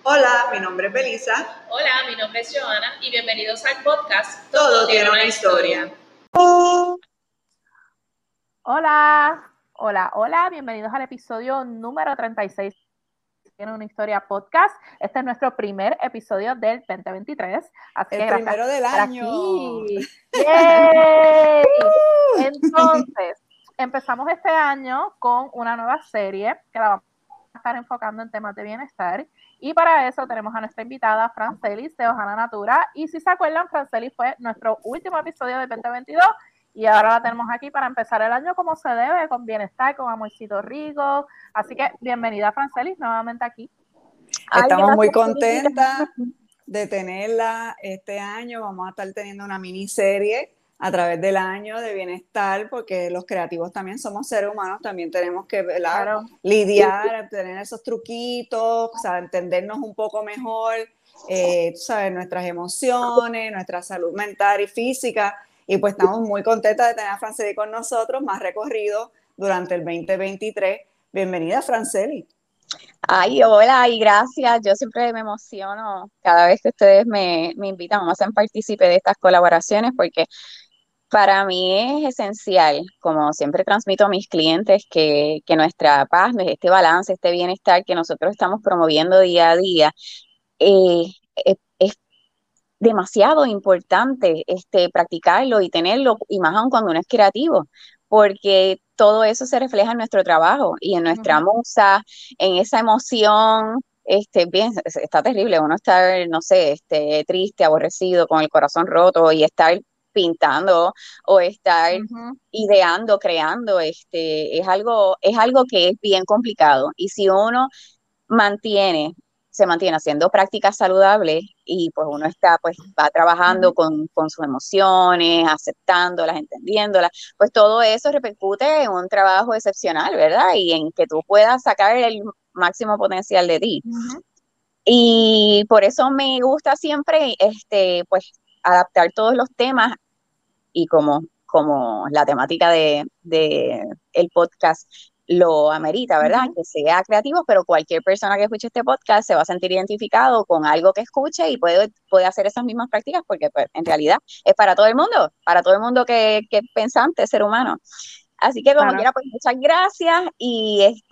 Hola, mi nombre es Belisa. Hola, mi nombre es Joana y bienvenidos al podcast Todo tiene una historia. Hola, bienvenidos al episodio número 36 Tiene una historia podcast. Este es nuestro primer episodio del 2023. Así que gracias primero del por estar año. Aquí. ¡Yay! Entonces, empezamos este año con una nueva serie que la vamos a estar enfocando en temas de bienestar. Y para eso tenemos a nuestra invitada Francelis de Ojana Natura. Y si se acuerdan, Francelis fue nuestro último episodio del 2022 y ahora la tenemos aquí para empezar el año como se debe, con bienestar, con amorcito rico. Así que bienvenida, Francelis, nuevamente aquí. Estamos muy contentas de tenerla este año. Vamos a estar teniendo una miniserie a través del año de bienestar, porque los creativos también somos seres humanos, también tenemos que lidiar, tener esos truquitos, o sea, entendernos un poco mejor, sabes, nuestras emociones, nuestra salud mental y física. Y pues estamos muy contentas de tener a Franceli con nosotros, más recorrido durante el 2023. Bienvenida, Franceli. Ay, hola y gracias. Yo siempre me emociono cada vez que ustedes me invitan o me hacen partícipe de estas colaboraciones porque para mí es esencial, como siempre transmito a mis clientes, que nuestra paz, este balance, este bienestar que nosotros estamos promoviendo día a día, es demasiado importante practicarlo y tenerlo, y más aún cuando uno es creativo, porque todo eso se refleja en nuestro trabajo y en nuestra musa, en esa emoción. Bien, está terrible uno estar, no sé, triste, aborrecido, con el corazón roto y estar pintando o estar ideando, creando, es algo que es bien complicado. Y si uno se mantiene haciendo prácticas saludables y pues uno va trabajando con sus emociones, aceptándolas, entendiéndolas, pues todo eso repercute en un trabajo excepcional, ¿verdad? Y en que tú puedas sacar el máximo potencial de ti. Y por eso me gusta siempre, pues, adaptar todos los temas y como la temática de el podcast lo amerita, ¿verdad? Que sea creativo, pero cualquier persona que escuche este podcast se va a sentir identificado con algo que escuche y puede hacer esas mismas prácticas porque pues, en realidad es para todo el mundo que es pensante, ser humano. Así que como quiera, pues muchas gracias y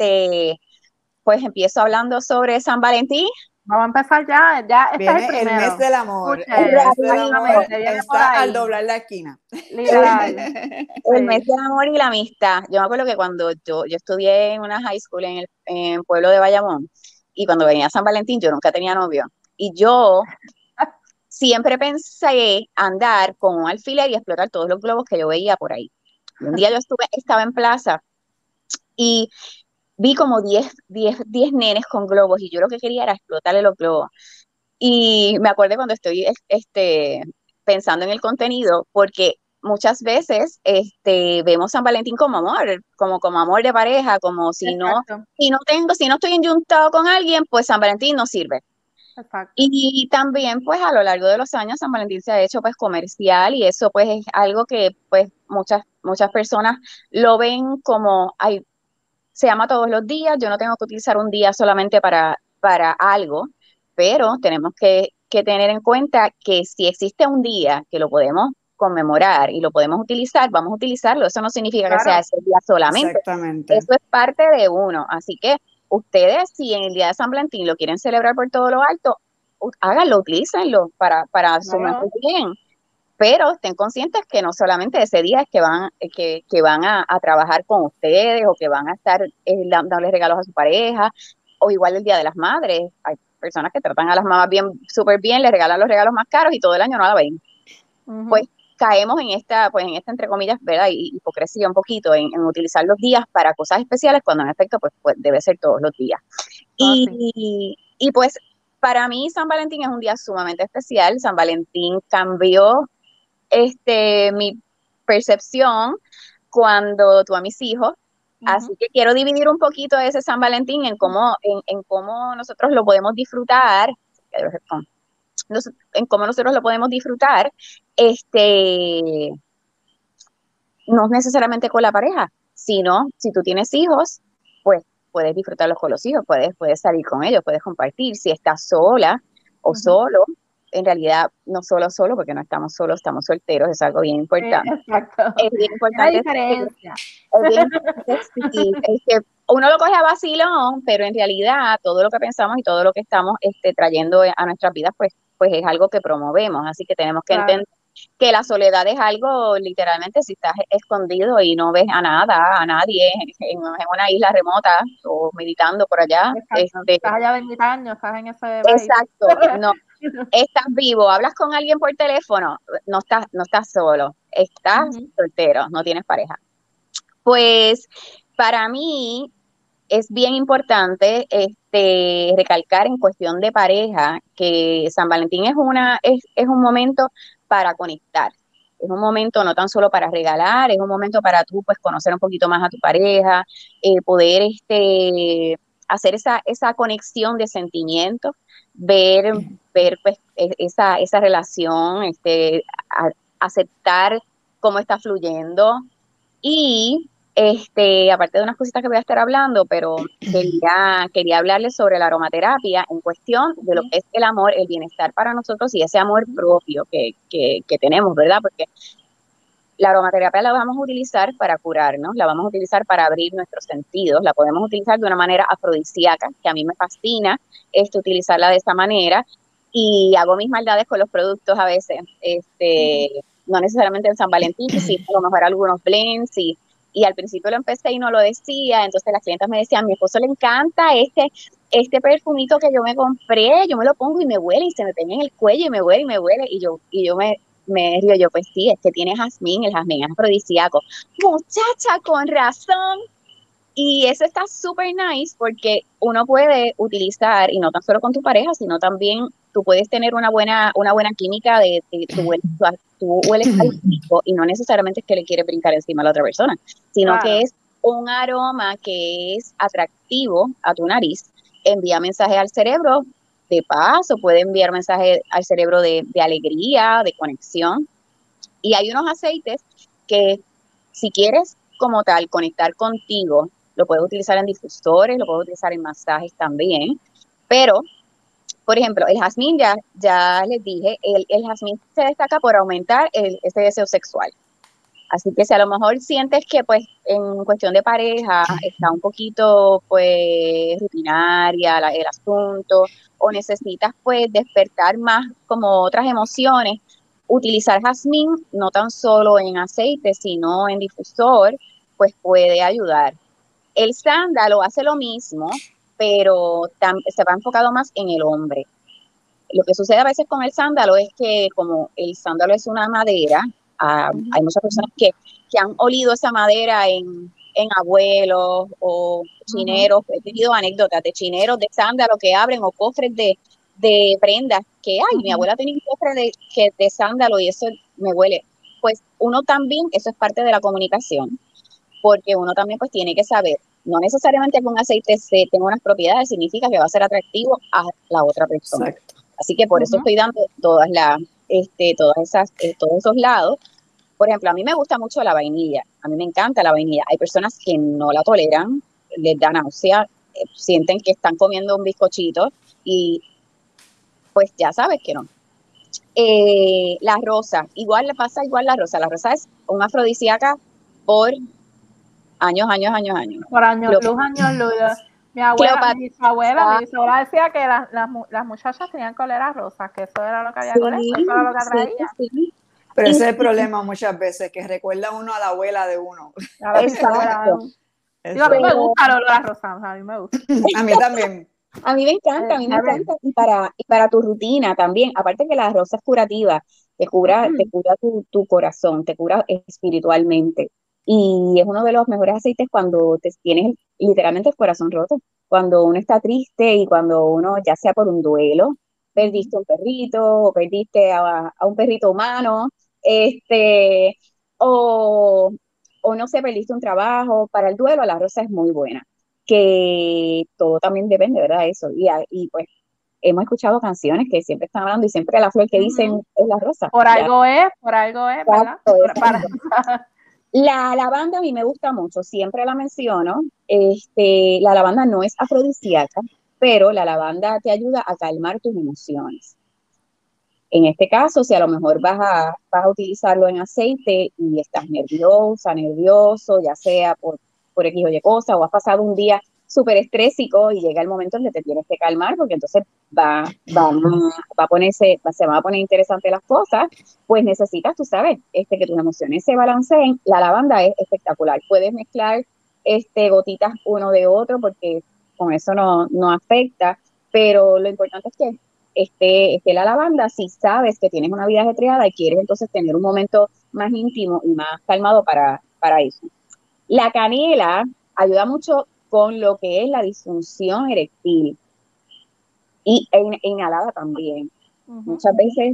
pues empiezo hablando sobre San Valentín. Vamos a empezar ya este viene es el primero. El mes del amor. Escuche, el mes del amor está al doblar la esquina. Literal. El mes del amor y la amistad. Yo me acuerdo que cuando yo estudié en una high school en el pueblo de Bayamón, y cuando venía San Valentín yo nunca tenía novio. Y yo siempre pensé andar con un alfiler y explotar todos los globos que yo veía por ahí. Y un día estaba en plaza y vi como 10 nenes con globos y yo lo que quería era explotarle los globos. Y me acuerdo cuando estoy pensando en el contenido, porque muchas veces vemos San Valentín como amor, como amor de pareja, como si no estoy enyuntado con alguien, pues San Valentín no sirve. Exacto. Y también pues a lo largo de los años San Valentín se ha hecho pues comercial y eso pues es algo que pues muchas personas lo ven como, ay, se ama todos los días, yo no tengo que utilizar un día solamente para algo, pero tenemos que tener en cuenta que si existe un día que lo podemos conmemorar y lo podemos utilizar, vamos a utilizarlo. Eso no significa que sea ese día solamente. Exactamente. Eso es parte de uno. Así que ustedes, si en el día de San Valentín lo quieren celebrar por todo lo alto, háganlo, utilícenlo para su mejor bien. Pero estén conscientes que no solamente ese día es que van a trabajar con ustedes o que van a estar dándoles regalos a su pareja, o igual el Día de las Madres. Hay personas que tratan a las mamás súper bien, les regalan los regalos más caros y todo el año no la ven. Pues caemos en esta entre comillas, ¿verdad? Hipocresía un poquito en utilizar los días para cosas especiales cuando en efecto pues debe ser todos los días. Y pues para mí San Valentín es un día sumamente especial. San Valentín cambió mi percepción cuando tuve a mis hijos. Así que quiero dividir un poquito ese San Valentín en cómo nosotros lo podemos disfrutar, no necesariamente con la pareja, sino si tú tienes hijos, pues puedes disfrutarlos con los hijos, puedes salir con ellos, puedes compartir. Si estás sola o solo, en realidad no solo, porque no estamos solos, estamos solteros, es algo bien importante. Exacto. Es bien importante. Hay diferencia. Es bien importante, sí, es que uno lo coge a vacilón, pero en realidad todo lo que pensamos y todo lo que estamos trayendo a nuestras vidas, pues es algo que promovemos. Así que tenemos que entender que la soledad es algo, literalmente, si estás escondido y no ves a nadie en una isla remota o meditando por allá. Estás allá 20 años, estás en ese país. Exacto, no. Estás vivo, hablas con alguien por teléfono, no estás solo, estás soltero, no tienes pareja. Pues para mí es bien importante recalcar en cuestión de pareja que San Valentín es un momento para conectar. Es un momento no tan solo para regalar, es un momento para tú pues conocer un poquito más a tu pareja, poder hacer esa conexión de sentimientos, ver pues esa relación, aceptar cómo está fluyendo y aparte de unas cositas que voy a estar hablando, pero quería hablarles sobre la aromaterapia en cuestión de lo que es el amor, el bienestar para nosotros y ese amor propio que tenemos, ¿verdad? Porque la aromaterapia la vamos a utilizar para curarnos, la vamos a utilizar para abrir nuestros sentidos, la podemos utilizar de una manera afrodisíaca, que a mí me fascina utilizarla de esa manera, y hago mis maldades con los productos a veces, no necesariamente en San Valentín, sino a lo mejor algunos blends, y al principio lo empecé y no lo decía, entonces las clientas me decían, a mi esposo le encanta este perfumito que yo me compré, yo me lo pongo y me huele y se me pega en el cuello y me huele, y yo me río yo, pues sí, es que tiene jazmín, el jazmín es afrodisíaco. Muchacha, con razón. Y eso está súper nice porque uno puede utilizar, y no tan solo con tu pareja, sino también tú puedes tener una buena química de tú hueles algo rico y no necesariamente es que le quieres brincar encima a la otra persona, sino que es un aroma que es atractivo a tu nariz, envía mensaje al cerebro de paz o puede enviar mensaje al cerebro de alegría, de conexión. Y hay unos aceites que si quieres como tal conectar contigo, lo puedes utilizar en difusores, lo puedes utilizar en masajes también, pero por ejemplo, el jazmín ya les dije, el jazmín se destaca por aumentar ese deseo sexual. Así que si a lo mejor sientes que pues en cuestión de pareja está un poquito pues rutinaria el asunto o necesitas pues despertar más como otras emociones, utilizar jazmín no tan solo en aceite sino en difusor pues puede ayudar. El sándalo hace lo mismo, pero se va enfocado más en el hombre. Lo que sucede a veces con el sándalo es que como el sándalo es una madera, hay muchas personas que han olido esa madera en abuelos o chineros. He tenido anécdotas de chineros de sándalo que abren o cofres de prendas que, mi abuela tenía un cofre de sándalo y eso me huele. Pues uno también, eso es parte de la comunicación, porque uno también pues tiene que saber, no necesariamente que un aceite tenga unas propiedades, significa que va a ser atractivo a la otra persona. Exacto. Así que por eso estoy dando todos esos lados. Por ejemplo, a mí me gusta mucho la vainilla, a mí me encanta la vainilla. Hay personas que no la toleran, les da náusea, sienten que están comiendo un bizcochito y pues ya sabes que no. La rosa, igual le pasa la rosa es una afrodisíaca por años. Por años luz. Mi bisabuela decía que las muchachas tenían que oler a rosas, que eso era lo que había que oler, eso era lo que atraía. Sí. Pero ese es el problema muchas veces, que recuerda uno a la abuela de uno. A la bisabuela. Digo, a mí me gusta el olor a rosas, a mí me gusta. A mí también. A mí me encanta. Y para tu rutina también, aparte que la rosa es curativa, te cura tu corazón, te cura espiritualmente. Y es uno de los mejores aceites cuando tienes literalmente el corazón roto, cuando uno está triste y cuando uno, ya sea por un duelo, perdiste un perrito o perdiste a un perrito humano, o no sé, perdiste un trabajo. Para el duelo la rosa es muy buena, que todo también depende, ¿verdad? Eso. Y pues hemos escuchado canciones que siempre están hablando y siempre la flor que dicen es la rosa. Por algo es, ¿verdad? Exacto. La lavanda a mí me gusta mucho, siempre la menciono. La lavanda no es afrodisíaca, pero la lavanda te ayuda a calmar tus emociones. En este caso, si a lo mejor vas a utilizarlo en aceite y estás nerviosa, nervioso, ya sea por X o Y cosa, o has pasado un día súper estrésico y llega el momento en que te tienes que calmar, porque entonces se van a poner interesantes las cosas, pues necesitas, tú sabes, que tus emociones se balanceen. La lavanda es espectacular. Puedes mezclar gotitas uno de otro, porque con eso no afecta, pero lo importante es que esté la lavanda si sabes que tienes una vida ajetreada y quieres entonces tener un momento más íntimo y más calmado para eso. La canela ayuda mucho con lo que es la disfunción eréctil y inhalada también. Muchas veces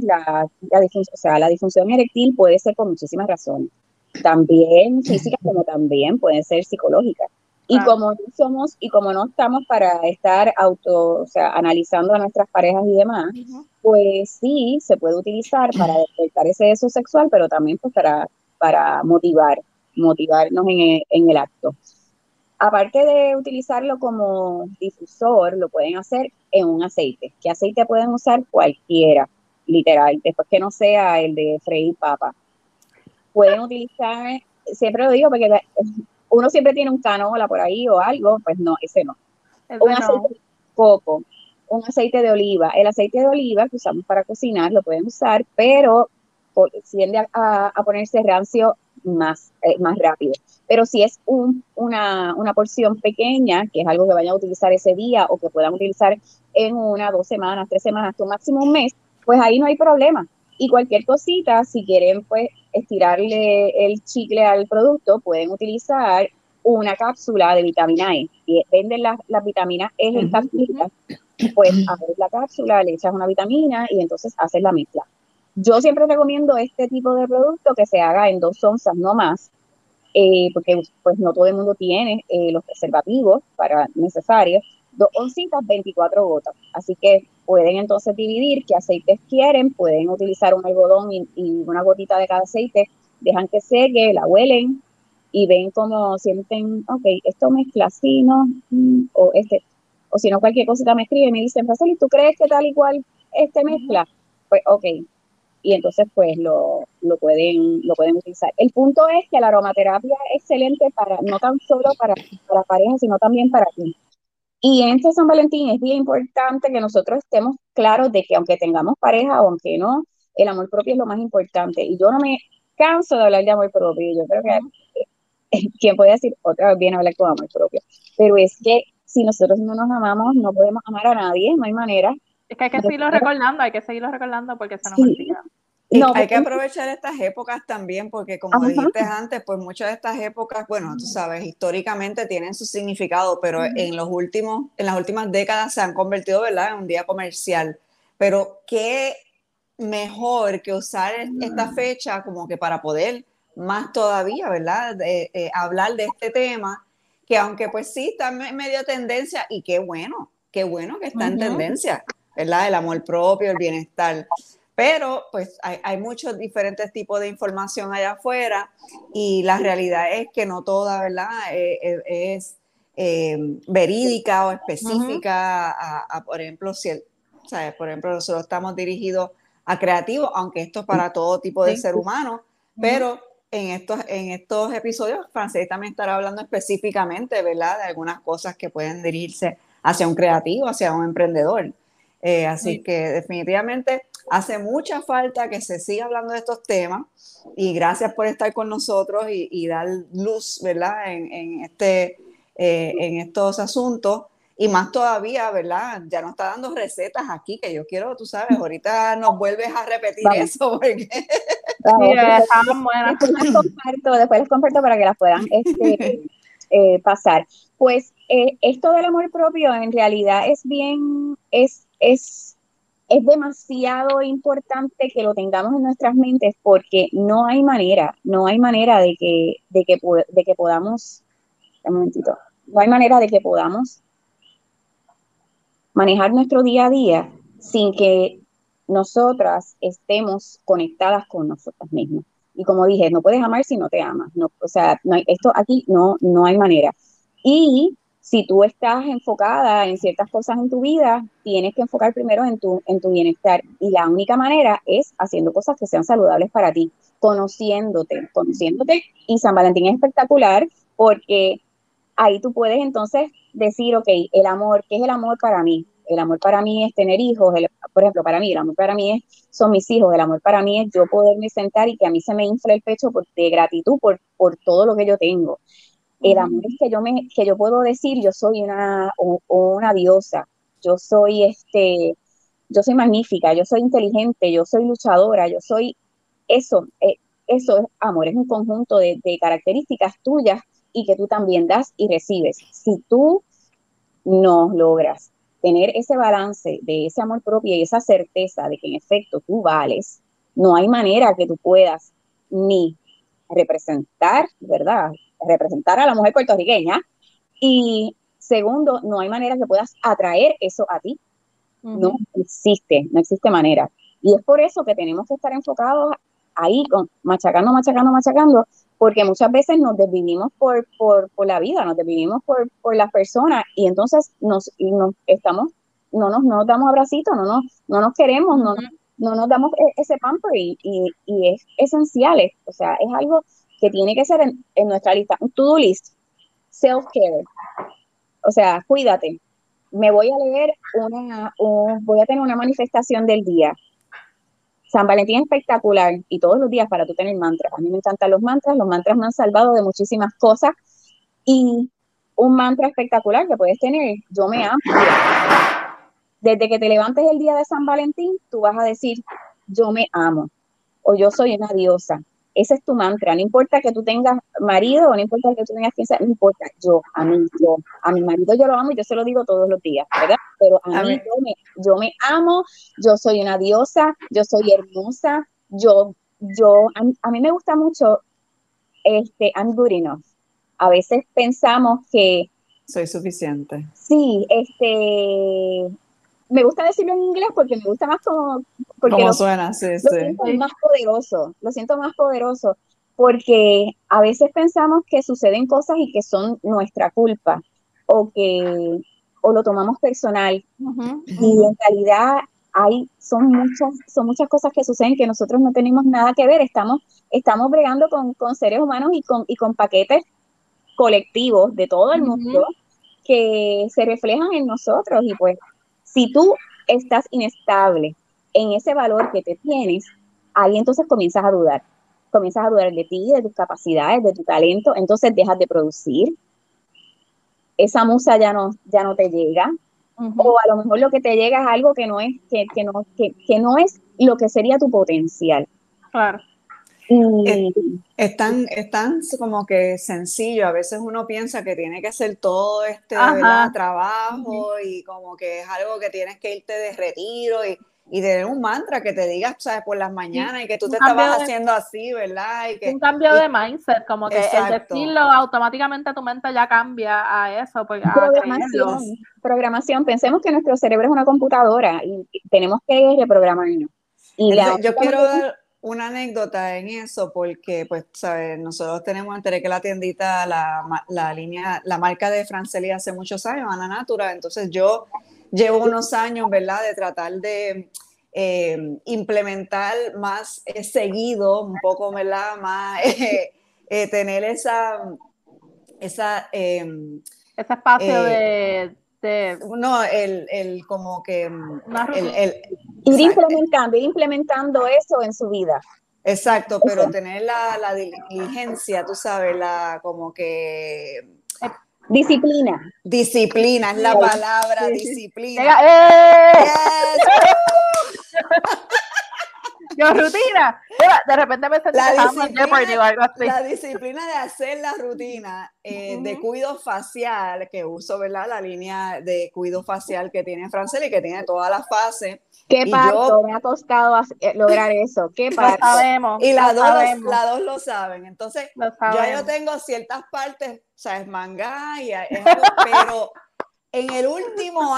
la disfunción eréctil puede ser por muchísimas razones, también físicas como también pueden ser psicológicas. Y Claro. como no estamos para estar analizando a nuestras parejas y demás, pues sí se puede utilizar para despertar ese deseo sexual, pero también pues para motivarnos en el acto. Aparte de utilizarlo como difusor, lo pueden hacer en un aceite. ¿Qué aceite pueden usar? Cualquiera, literal, después que no sea el de freír papa. Pueden utilizar, siempre lo digo porque uno siempre tiene un canola por ahí o algo, pues no, ese no. Un aceite de coco, un aceite de oliva. El aceite de oliva que usamos para cocinar lo pueden usar, pero tiende a ponerse rancio más rápido. Pero si es una porción pequeña, que es algo que vayan a utilizar ese día o que puedan utilizar en 1, 2 semanas, 3 semanas, hasta un máximo un mes, pues ahí no hay problema. Y cualquier cosita, si quieren pues estirarle el chicle al producto, pueden utilizar una cápsula de vitamina E. Y venden las vitaminas E en cápsulitas, pues abres la cápsula, le echas una vitamina y entonces haces la mezcla. Yo siempre recomiendo este tipo de producto que se haga en 2 onzas, no más, porque pues no todo el mundo tiene los preservativos necesarios. 2 oncitas, 24 gotas. Así que pueden entonces dividir qué aceites quieren, pueden utilizar un algodón y una gotita de cada aceite, dejan que seque, la huelen y ven cómo sienten, ok, esto mezcla así, ¿no? O si no, cualquier cosita me escriben y me dicen, Roseli, ¿tú crees que tal y cual mezcla? Pues ok, y entonces pues lo pueden utilizar. El punto es que la aromaterapia es excelente no tan solo para parejas, sino también para ti. Y en este San Valentín es bien importante que nosotros estemos claros de que aunque tengamos pareja o aunque no, el amor propio es lo más importante. Y yo no me canso de hablar de amor propio. Yo creo que quien puede decir otra vez viene a hablar con amor propio. Pero es que si nosotros no nos amamos, no podemos amar a nadie, no hay manera. Es que hay que seguirlo recordando porque se nos Sí, olvida. Y no, hay que aprovechar estas épocas también, porque como dijiste antes, pues muchas de estas épocas, bueno, tú sabes, históricamente tienen su significado, pero en las últimas décadas se han convertido, ¿verdad?, en un día comercial. Pero qué mejor que usar esta fecha como que para poder más todavía, ¿verdad?, hablar de este tema, que aunque pues sí está medio tendencia, y qué bueno que está en tendencia, ¿verdad?, el amor propio, el bienestar. Pero pues hay muchos diferentes tipos de información allá afuera y la realidad es que no toda, ¿verdad?, es verídica o específica por ejemplo, ¿sabes? Por ejemplo, nosotros estamos dirigidos a creativos, aunque esto es para todo tipo de ser humano, pero en estos episodios, Francés también estará hablando específicamente, ¿verdad?, de algunas cosas que pueden dirigirse hacia un creativo, hacia un emprendedor. Así que definitivamente hace mucha falta que se siga hablando de estos temas y gracias por estar con nosotros y dar luz, ¿verdad?, en estos asuntos y más todavía, ¿verdad? Ya nos está dando recetas aquí que yo quiero, tú sabes, ahorita nos vuelves a repetir eso porque... Estaban buenas. Después les comparto para que las puedan pasar. Pues esto del amor propio en realidad es demasiado importante que lo tengamos en nuestras mentes porque no hay manera de que podamos, un momentito, no hay manera de que podamos manejar nuestro día a día sin que nosotras estemos conectadas con nosotras mismas. Y como dije, no puedes amar si no te amas. No, o sea, esto aquí no hay manera. Y si tú estás enfocada en ciertas cosas en tu vida, tienes que enfocar primero en tu bienestar. Y la única manera es haciendo cosas que sean saludables para ti, conociéndote. Y San Valentín es espectacular porque ahí tú puedes entonces decir, ok, el amor, ¿qué es el amor para mí? El amor para mí es tener hijos, por ejemplo, para mí, el amor para mí son mis hijos, el amor para mí es yo poderme sentar y que a mí se me infle el pecho de gratitud por todo lo que yo tengo. El amor es que yo puedo decir, yo soy una diosa, yo soy yo soy magnífica, yo soy inteligente, yo soy luchadora, yo soy eso, eso es amor, es un conjunto de características tuyas y que tú también das y recibes. Si tú no logras tener ese balance de ese amor propio y esa certeza de que en efecto tú vales, no hay manera que tú puedas ni representar, ¿verdad? Representar a la mujer puertorriqueña y segundo, no hay manera que puedas atraer eso a ti. No existe manera. Y es por eso que tenemos que estar enfocados ahí, machacando, porque muchas veces nos desvivimos por la vida, nos desvivimos por las personas y entonces no nos damos abracitos, no nos queremos, no nos damos ese pamper y es esencial, o sea, es algo que tiene que ser en nuestra lista, un to-do list, self-care, o sea, cuídate. Me voy a leer voy a tener una manifestación del día. San Valentín es espectacular y todos los días para tú tener mantras. A mí me encantan los mantras me han salvado de muchísimas cosas y un mantra espectacular que puedes tener, yo me amo. Desde que te levantes el día de San Valentín, tú vas a decir, yo me amo o yo soy una diosa. Ese es tu mantra, no importa que tú tengas marido o no importa que tú tengas quien sea, no importa, a mi marido yo lo amo y yo se lo digo todos los días, ¿verdad? Pero a mí yo me amo, yo soy una diosa, yo soy hermosa, a mí me gusta mucho I'm good enough. A veces pensamos que soy suficiente. Sí, me gusta decirlo en inglés porque me gusta más porque como suena, sí. Lo siento más poderoso, porque a veces pensamos que suceden cosas y que son nuestra culpa, o lo tomamos personal, y en realidad son muchas cosas que suceden que nosotros no tenemos nada que ver, estamos bregando con seres humanos y con paquetes colectivos de todo el mundo que se reflejan en nosotros y pues si tú estás inestable en ese valor que te tienes, ahí entonces comienzas a dudar de ti, de tus capacidades, de tu talento, entonces dejas de producir, esa musa ya no te llega, o a lo mejor lo que te llega es algo que no es lo que sería tu potencial. Claro. Es tan como que sencillo, a veces uno piensa que tiene que hacer todo ¿verdad? Trabajo y como que es algo que tienes que irte de retiro y tener un mantra que te diga, ¿sabes? Por las mañanas y que tú te estabas haciendo así, ¿verdad? Un cambio de mindset, como que el decirlo automáticamente tu mente ya cambia a eso, pues a programación, pensemos que nuestro cerebro es una computadora y tenemos que reprogramarnos. Yo quiero dar una anécdota en eso porque, pues, ¿sabes? Nosotros tenemos enteré que la tiendita, la línea, la marca de Franceli hace muchos años, Ana Natura, entonces yo llevo unos años, ¿verdad? De tratar de implementar más seguido, un poco, ¿verdad? Más tener ese espacio de no, el como que ir implementando eso en su vida. Exacto, pero tener la diligencia, tú sabes, como que disciplina es la palabra, disciplina. Yo rutina, de repente me sentí la disciplina de hacer la rutina de cuido facial que uso, ¿verdad? La línea de cuido facial que tiene Franceli, que tiene todas las fases. ¿Qué parto me ha costado lograr eso? ¿Qué parto? Lo sabemos. Y las dos lo saben. Entonces, yo tengo ciertas partes, ¿sabes? Manga y es algo, pero En el último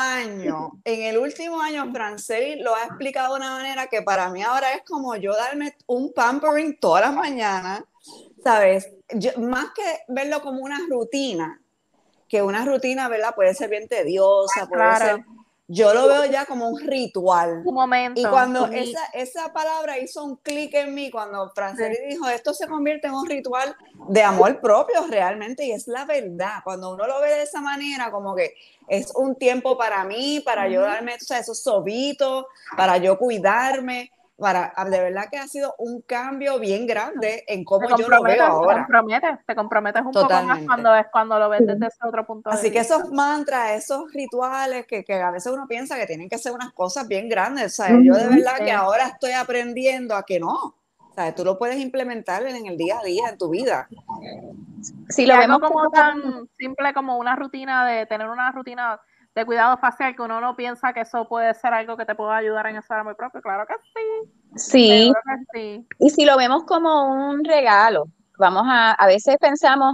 año, Franceli lo ha explicado de una manera que para mí ahora es como yo darme un pampering todas las mañanas, ¿sabes? Más que verlo como una rutina, que una rutina, ¿verdad? Puede ser bien tediosa, puede ser... Yo lo veo ya como un ritual. Un momento. Y cuando esa palabra hizo un clic en mí, cuando Franceli dijo, esto se convierte en un ritual de amor propio realmente, y es la verdad. Cuando uno lo ve de esa manera, como que es un tiempo para mí, para yo darme, o sea, esos sobitos, para yo cuidarme, de verdad que ha sido un cambio bien grande en cómo yo lo veo ahora. Te comprometes un Totalmente. poco más cuando lo ves desde ese otro punto de vista. Así que esos mantras, esos rituales que a veces uno piensa que tienen que ser unas cosas bien grandes, ¿sabes? Yo de verdad que ahora estoy aprendiendo a que no, ¿sabes? Tú lo puedes implementar en el día a día, en tu vida. Si lo vemos como tan simple como una rutina de tener una rutina de cuidado facial, que uno no piensa que eso puede ser algo que te pueda ayudar en eso muy propio, claro que sí. Sí. Que sí. Y si lo vemos como un regalo, a veces pensamos,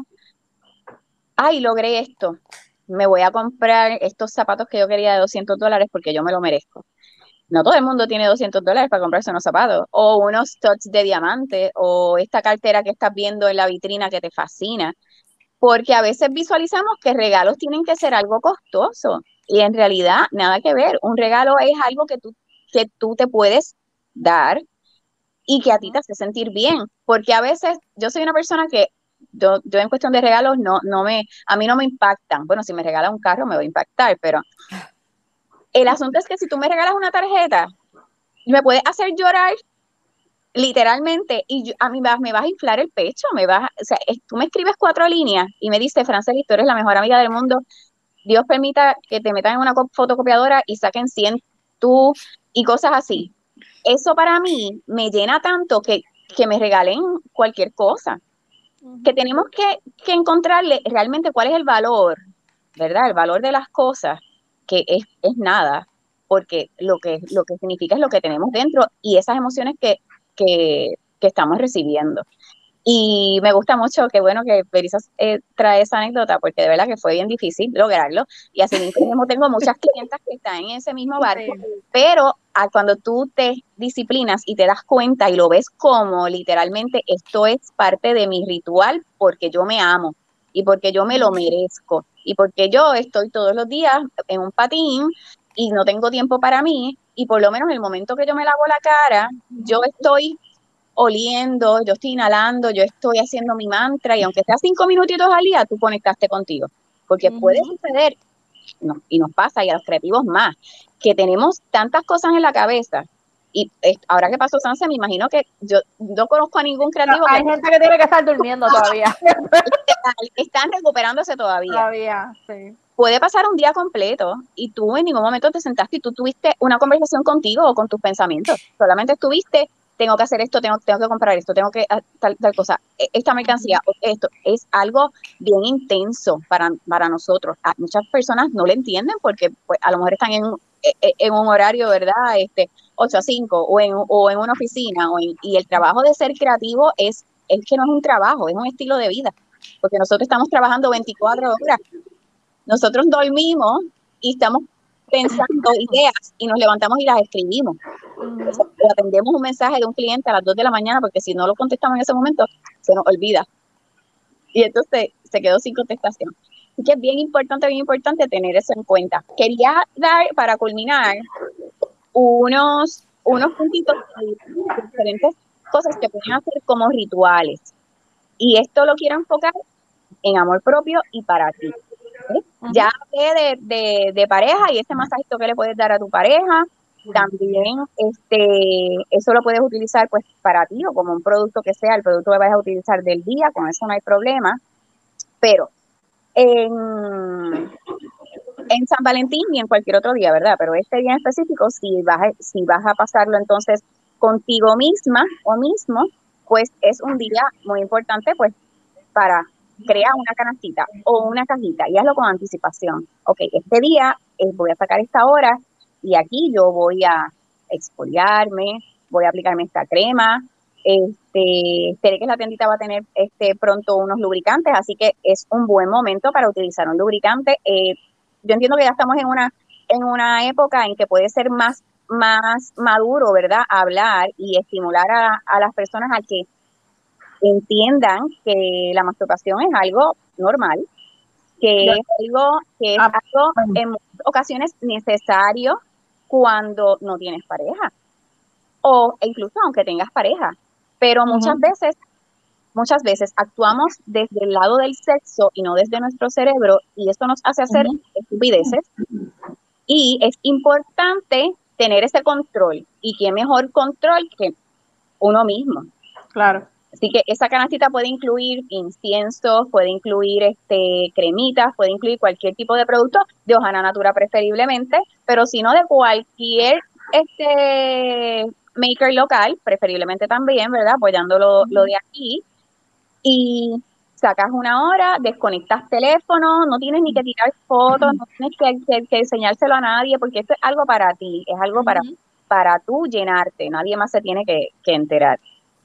ay, logré esto, me voy a comprar estos zapatos que yo quería de $200 porque yo me lo merezco. No todo el mundo tiene $200 para comprarse unos zapatos, o unos studs de diamante, o esta cartera que estás viendo en la vitrina que te fascina, porque a veces visualizamos que regalos tienen que ser algo costoso, y en realidad nada que ver. Un regalo es algo que tú te puedes dar y que a ti te hace sentir bien, porque a veces yo soy una persona que yo en cuestión de regalos a mí no me impactan. Bueno, si me regalas un carro me va a impactar, pero el asunto es que si tú me regalas una tarjeta, me puedes hacer llorar literalmente, y a mí me vas a inflar el pecho, o sea, tú me escribes 4 líneas y me dices, Franceli, tú eres la mejor amiga del mundo, Dios permita que te metan en una fotocopiadora y saquen 100 tú, y cosas así. Eso para mí me llena tanto que me regalen cualquier cosa, que tenemos que encontrarle realmente cuál es el valor, ¿verdad? El valor de las cosas, que es nada, porque lo que significa es lo que tenemos dentro y esas emociones que estamos recibiendo. Y me gusta mucho, qué bueno que Belisa trae esa anécdota, porque de verdad que fue bien difícil lograrlo. Y así mismo tengo muchas clientas que están en ese mismo barco, pero cuando tú te disciplinas y te das cuenta y lo ves como literalmente esto es parte de mi ritual porque yo me amo y porque yo me lo merezco y porque yo estoy todos los días en un patín y no tengo tiempo para mí, y por lo menos el momento que yo me lavo la cara, yo estoy oliendo, yo estoy inhalando, yo estoy haciendo mi mantra, y aunque sea 5 minutitos al día, tú conectaste contigo, porque puede suceder, y nos pasa, y a los creativos más, que tenemos tantas cosas en la cabeza, y ahora que pasó Sanse, me imagino que yo no conozco a ningún creativo. Hay gente que tiene que estar durmiendo todavía. Están recuperándose todavía. Todavía, sí. Puede pasar un día completo y tú en ningún momento te sentaste y tú tuviste una conversación contigo o con tus pensamientos. Solamente estuviste, tengo que hacer esto, tengo que comprar esto, tengo que tal cosa, esta mercancía, esto. Es algo bien intenso para nosotros. Muchas personas no lo entienden porque pues, a lo mejor están en un horario, ¿verdad? 8 a 5 o en una oficina. Y el trabajo de ser creativo es que no es un trabajo, es un estilo de vida. Porque nosotros estamos trabajando 24 horas. Nosotros dormimos y estamos pensando ideas y nos levantamos y las escribimos. O atendemos un mensaje de un cliente a las 2 de la mañana porque si no lo contestamos en ese momento, se nos olvida. Y entonces se quedó sin contestación. Así que es bien importante tener eso en cuenta. Quería dar, para culminar, unos puntitos de diferentes cosas que pueden hacer como rituales. Y esto lo quiero enfocar en amor propio y para ti. Ya hablé de pareja y ese masajito que le puedes dar a tu pareja. También eso lo puedes utilizar pues para ti o como un producto que sea, el producto que vayas a utilizar del día, con eso no hay problema. Pero en San Valentín y en cualquier otro día, ¿verdad? Pero este día en específico, si vas a pasarlo entonces contigo misma o mismo, pues es un día muy importante pues para crear una canastita o una cajita y hazlo con anticipación. Ok, este día voy a sacar esta hora y aquí yo voy a exfoliarme, voy a aplicarme esta crema, sé que la tiendita va a tener pronto unos lubricantes, así que es un buen momento para utilizar un lubricante. yo entiendo que ya estamos en una época en que puede ser más maduro, ¿verdad? Hablar y estimular a las personas a que entiendan que la masturbación es algo normal, que es algo en muchas ocasiones necesario cuando no tienes pareja, o incluso aunque tengas pareja, pero muchas veces actuamos desde el lado del sexo y no desde nuestro cerebro, y esto nos hace hacer estupideces, y es importante tener ese control, y qué mejor control que uno mismo. Claro. Así que esa canastita puede incluir inciensos, puede incluir cremitas, puede incluir cualquier tipo de producto de hojana natura preferiblemente, pero si no de cualquier maker local, preferiblemente también, ¿verdad? Apoyando lo de aquí. Y sacas una hora, desconectas teléfono, no tienes ni que tirar fotos, no tienes que enseñárselo a nadie, porque esto es algo para ti, es algo para tú llenarte, nadie más se tiene que enterar.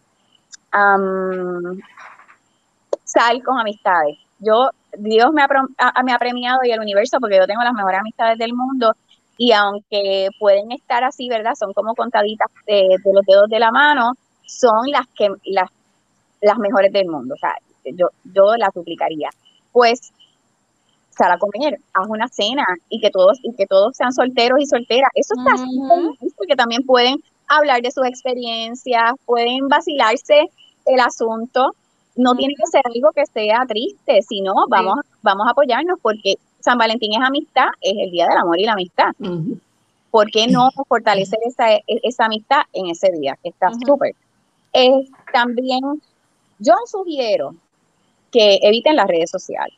Sal con amistades. Dios me ha premiado y el universo, porque yo tengo las mejores amistades del mundo, y aunque pueden estar así, ¿verdad? Son como contaditas de los dedos de la mano, son las mejores del mundo. O sea, yo las duplicaría. Pues sal a comer, haz una cena, y que todos sean solteros y solteras. Eso está así, porque también pueden hablar de sus experiencias, pueden vacilarse el asunto. No tiene que ser algo que sea triste, sino vamos a apoyarnos, porque San Valentín es amistad, es el día del amor y la amistad. ¿Por qué no fortalecer esa amistad en ese día? Está súper. También yo sugiero que eviten las redes sociales.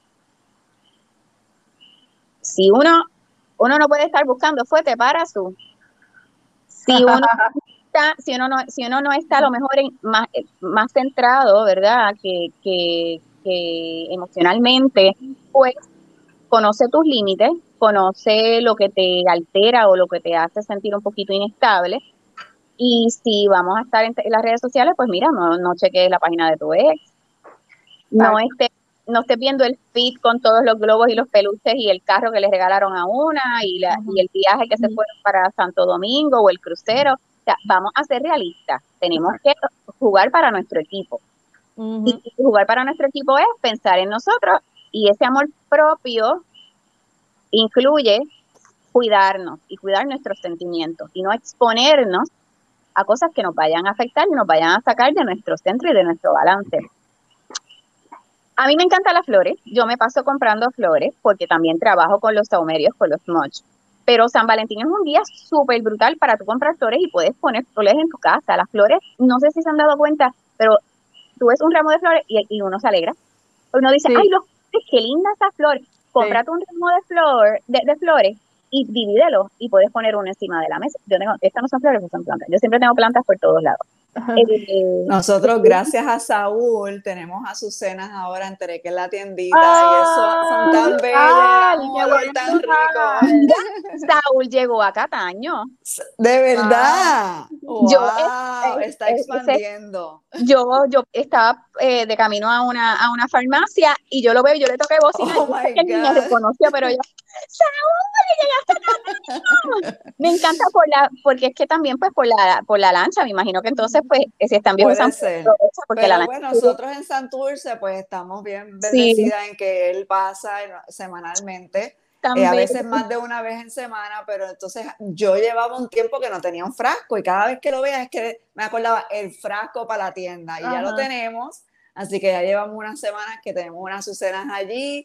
Si uno no puede estar buscando fuerte para su, si uno no está a lo mejor más centrado, ¿verdad? Que emocionalmente, pues conoce tus límites, conoce lo que te altera o lo que te hace sentir un poquito inestable. Y si vamos a estar en las redes sociales, pues mira, no cheques la página de tu ex, no estés viendo el feed con todos los globos y los peluches y el carro que les regalaron a una y el viaje que se fueron para Santo Domingo o el crucero. O sea, vamos a ser realistas, tenemos que jugar para nuestro equipo. Y jugar para nuestro equipo es pensar en nosotros, y ese amor propio incluye cuidarnos y cuidar nuestros sentimientos y no exponernos a cosas que nos vayan a afectar y nos vayan a sacar de nuestro centro y de nuestro balance. A mí me encantan las flores, yo me paso comprando flores porque también trabajo con los saumerios, con los moch. Pero San Valentín es un día súper brutal para tú comprar flores y puedes poner flores en tu casa. Las flores, no sé si se han dado cuenta, pero tú ves un ramo de flores y uno se alegra. Uno dice, ay, qué linda esa flor. Cómprate un ramo de flores y divídelo y puedes poner uno encima de la mesa. Estas no son flores, son plantas. Yo siempre tengo plantas por todos lados. Nosotros, gracias a Saúl, tenemos azucenas ahora en Tereque en la tiendita, y eso son tan bellas, tan ricos. Saúl llegó a Cataño. De verdad. Wow, está expandiendo. Yo estaba de camino a una farmacia y yo lo veo y yo le toqué bocina y me reconoció, pero yo, ¡Saúl, llegaste a Cataño! Me encanta porque es que también pues por la lancha, me imagino que entonces pues si están bien puede ser. Porque pero bueno, nosotros en Santurce pues estamos bien bendecidas en que él pasa semanalmente, a veces más de una vez en semana, pero entonces yo llevaba un tiempo que no tenía un frasco y cada vez que lo veía es que me acordaba el frasco para la tienda y ya lo tenemos, así que ya llevamos unas semanas que tenemos unas azucenas allí,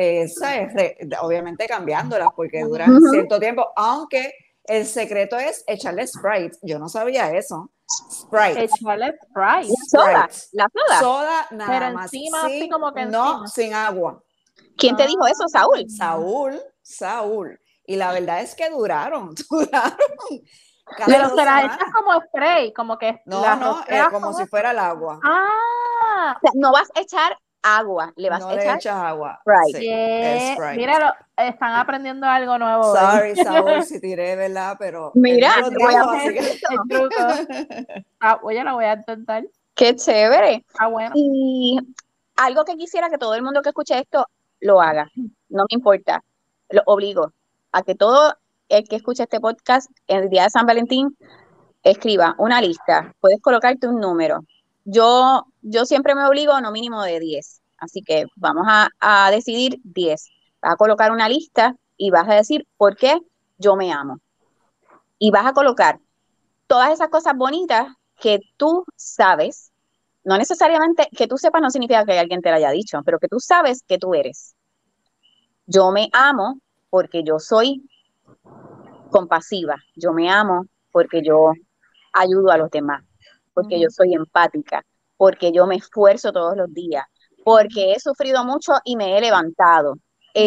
obviamente cambiándolas porque duran cierto tiempo, aunque el secreto es echarle Sprite. Yo no sabía eso. Sprite. Echarle Sprite. La soda. Soda nada pero más. Encima, así como que encima. Sin agua. ¿Quién te dijo eso, Saúl? Saúl. Y la verdad es que duraron. Pero se las echas como spray, como que como si fuera el agua. Ah. O sea, no vas a echar agua, le echas agua. Sprite. Sprite. Míralo, están aprendiendo algo nuevo. Sorry, Saúl, si tiré, ¿verdad? Pero mira, voy a hacer el truco. Oye, lo voy a intentar. Qué chévere. Bueno. Y algo que quisiera que todo el mundo que escuche esto lo haga, no me importa. lo obligo a que todo el que escuche este podcast el día de San Valentín escriba una lista, puedes colocarte un número. Yo siempre me obligo a no mínimo de 10, así que vamos a decidir 10. Vas a colocar una lista y vas a decir por qué yo me amo. Y vas a colocar todas esas cosas bonitas que tú sabes, no necesariamente que tú sepas no significa que alguien te lo haya dicho, pero que tú sabes que tú eres. Yo me amo porque yo soy compasiva, yo me amo porque yo ayudo a los demás, porque yo soy empática, porque yo me esfuerzo todos los días, porque he sufrido mucho y me he levantado.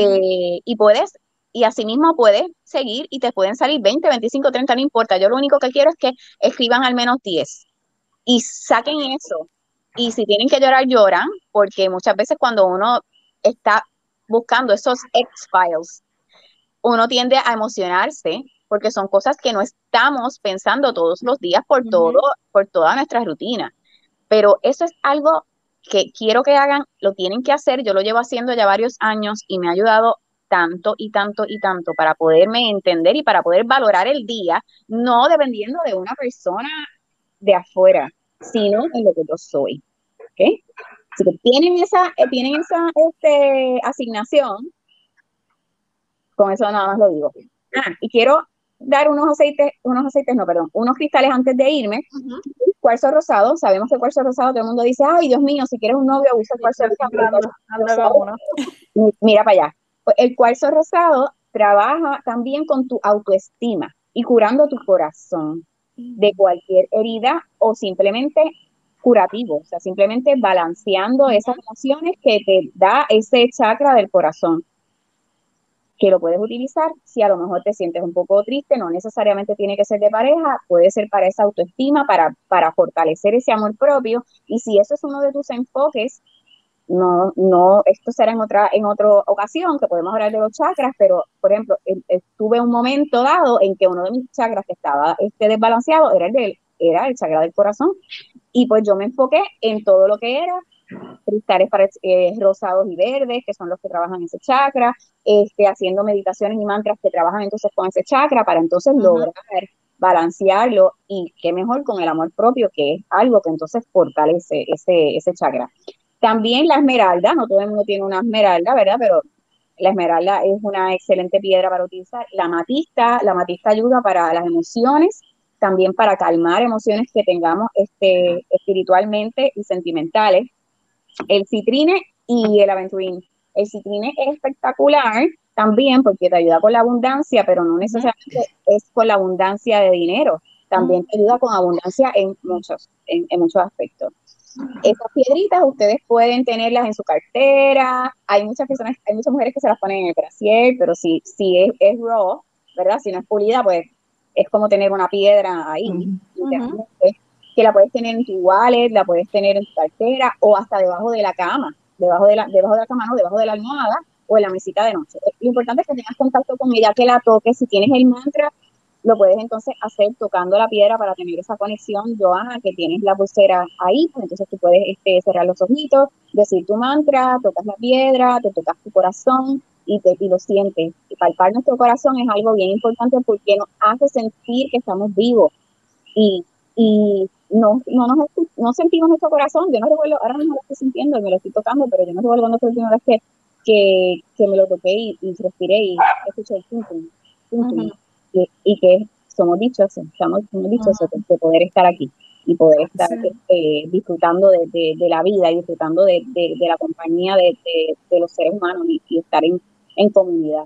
Y asimismo puedes seguir y te pueden salir 20, 25, 30, no importa. Yo lo único que quiero es que escriban al menos 10 y saquen eso. Y si tienen que llorar, lloran, porque muchas veces cuando uno está buscando esos X-Files, uno tiende a emocionarse porque son cosas que no estamos pensando todos los días por toda nuestra rutina. Pero eso es algo que quiero que hagan, lo tienen que hacer. Yo lo llevo haciendo ya varios años y me ha ayudado tanto y tanto y tanto para poderme entender y para poder valorar el día, no dependiendo de una persona de afuera, sino en lo que yo soy. ¿Okay? Si tienen esa asignación, con eso nada más lo digo. Y quiero dar unos cristales antes de irme. Cuarzo rosado, sabemos que el cuarzo rosado, todo el mundo dice, ay, Dios mío, si quieres un novio, usa el cuarzo rosado. Mira para allá. Pues el cuarzo rosado trabaja también con tu autoestima y curando tu corazón de cualquier herida o simplemente curativo, o sea, simplemente balanceando esas emociones que te da ese chakra del corazón, que lo puedes utilizar si a lo mejor te sientes un poco triste, no necesariamente tiene que ser de pareja, puede ser para esa autoestima, para fortalecer ese amor propio, y si eso es uno de tus enfoques, esto será en otra ocasión que podemos hablar de los chakras, pero por ejemplo, tuve un momento dado en que uno de mis chakras que estaba desbalanceado era el chakra del corazón, y pues yo me enfoqué en todo lo que era cristales rosados y verdes, que son los que trabajan ese chakra, haciendo meditaciones y mantras que trabajan entonces con ese chakra para entonces lograr balancearlo, y qué mejor con el amor propio, que es algo que entonces fortalece ese chakra. También la esmeralda, no todo el mundo tiene una esmeralda, ¿verdad? Pero la esmeralda es una excelente piedra para utilizar. La amatista ayuda para las emociones, también para calmar emociones que tengamos espiritualmente y sentimentales. El citrine y el aventurín. El citrine es espectacular también porque te ayuda con la abundancia, pero no necesariamente es con la abundancia de dinero. También te ayuda con abundancia en muchos aspectos. Esas piedritas ustedes pueden tenerlas en su cartera. Hay muchas mujeres que se las ponen en el brasier, pero si es raw, ¿verdad? Si no es pulida, pues es como tener una piedra ahí. Que la puedes tener en tu wallet, la puedes tener en tu cartera o hasta debajo de la cama, debajo de la cama, no, debajo de la almohada o en la mesita de noche. Lo importante es que tengas contacto con ella, que la toques. Si tienes el mantra, lo puedes entonces hacer tocando la piedra para tener esa conexión, Johanna, que tienes la pulsera ahí, pues entonces tú puedes cerrar los ojitos, decir tu mantra, tocas la piedra, te tocas tu corazón y lo sientes. Y palpar nuestro corazón es algo bien importante porque nos hace sentir que estamos vivos y no sentimos nuestro corazón. Yo no recuerdo, ahora mismo lo estoy sintiendo y me lo estoy tocando, pero yo no recuerdo cuándo fue la última vez que me lo toqué y respiré y escuché el tum. Y que somos dichosos de poder estar aquí y poder estar disfrutando de la vida y disfrutando de la compañía de los seres humanos y estar en comunidad.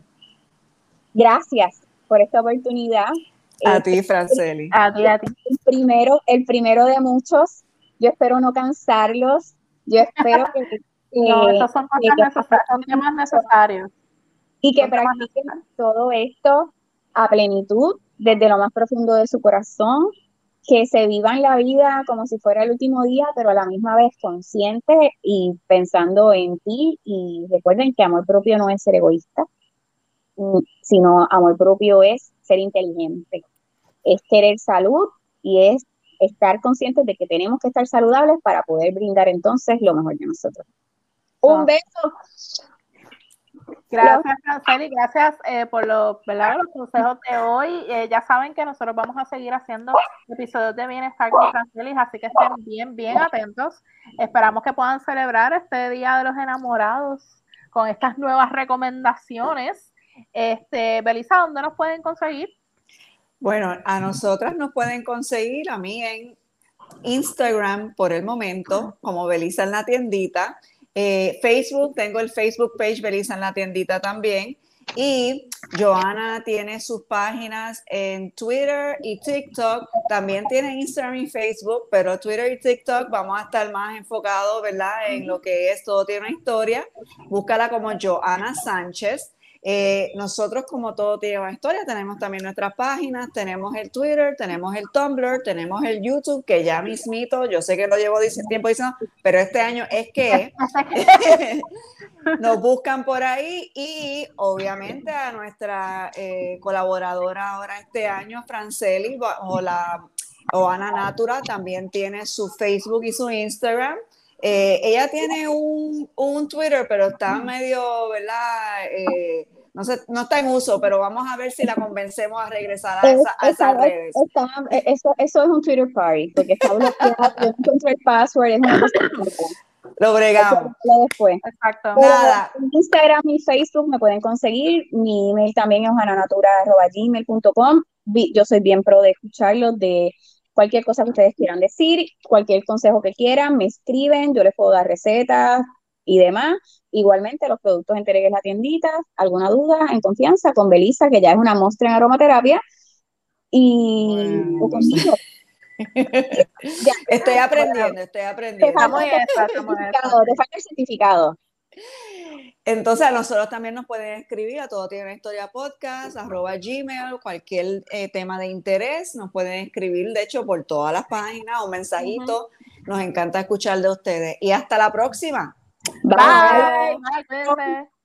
Gracias por esta oportunidad. A ti, Franceli. A ti. El primero de muchos. Yo espero no cansarlos. Yo espero que no, estos son temas necesarios. Y que practiquen todo esto a plenitud, desde lo más profundo de su corazón, que se vivan la vida como si fuera el último día, pero a la misma vez consciente y pensando en ti. Y recuerden que amor propio no es ser egoísta, sino amor propio es ser inteligente, es querer salud y es estar conscientes de que tenemos que estar saludables para poder brindar entonces lo mejor de nosotros. Un beso. Gracias, Franceli, gracias por ¿verdad? Los consejos de hoy. Ya saben que nosotros vamos a seguir haciendo episodios de bienestar con Franceli, así que estén bien atentos. Esperamos que puedan celebrar este Día de los Enamorados con estas nuevas recomendaciones. Belisa, ¿dónde nos pueden conseguir? Bueno, a nosotras nos pueden conseguir, a mí en Instagram por el momento, como Belisa en la tiendita. Facebook, tengo el Facebook page Belisa en la tiendita también. Y Johanna tiene sus páginas en Twitter y TikTok. También tiene Instagram y Facebook, pero Twitter y TikTok vamos a estar más enfocados, ¿verdad? En lo que es Todo Tiene una Historia. Búscala como Johanna Sánchez. Nosotros, como Todo Tiene una Historia, tenemos también nuestras páginas, tenemos el Twitter, tenemos el Tumblr, tenemos el YouTube, que ya mismito, yo sé que lo llevo tiempo diciendo, pero este año es que nos buscan por ahí. Y obviamente a nuestra colaboradora ahora este año, Franceli, o Ana Natura, también tiene su Facebook y su Instagram. Ella tiene un Twitter, pero está medio, ¿verdad? No sé, no está en uso, pero vamos a ver si la convencemos a regresar a esas redes. Eso es un Twitter party, porque está bloqueado, yo encontré el password, es una cosa. Lo bregamos. Después. Exacto. Pero nada. En Instagram y Facebook me pueden conseguir. Mi email también es ananatura@gmail.com. Yo soy bien pro de escucharlos, de cualquier cosa que ustedes quieran decir, cualquier consejo que quieran, me escriben, yo les puedo dar recetas y demás. Igualmente, los productos en Teregues la tiendita, alguna duda, en confianza, con Belisa, que ya es una monstrua en aromaterapia. Y bueno, ya. Estoy aprendiendo. Te falta el certificado. Entonces, a nosotros también nos pueden escribir a Todo Tiene una Historia podcast, @gmail, cualquier tema de interés, nos pueden escribir, de hecho, por todas las páginas, un mensajito. Nos encanta escuchar de ustedes. Y hasta la próxima. Bye. Bye.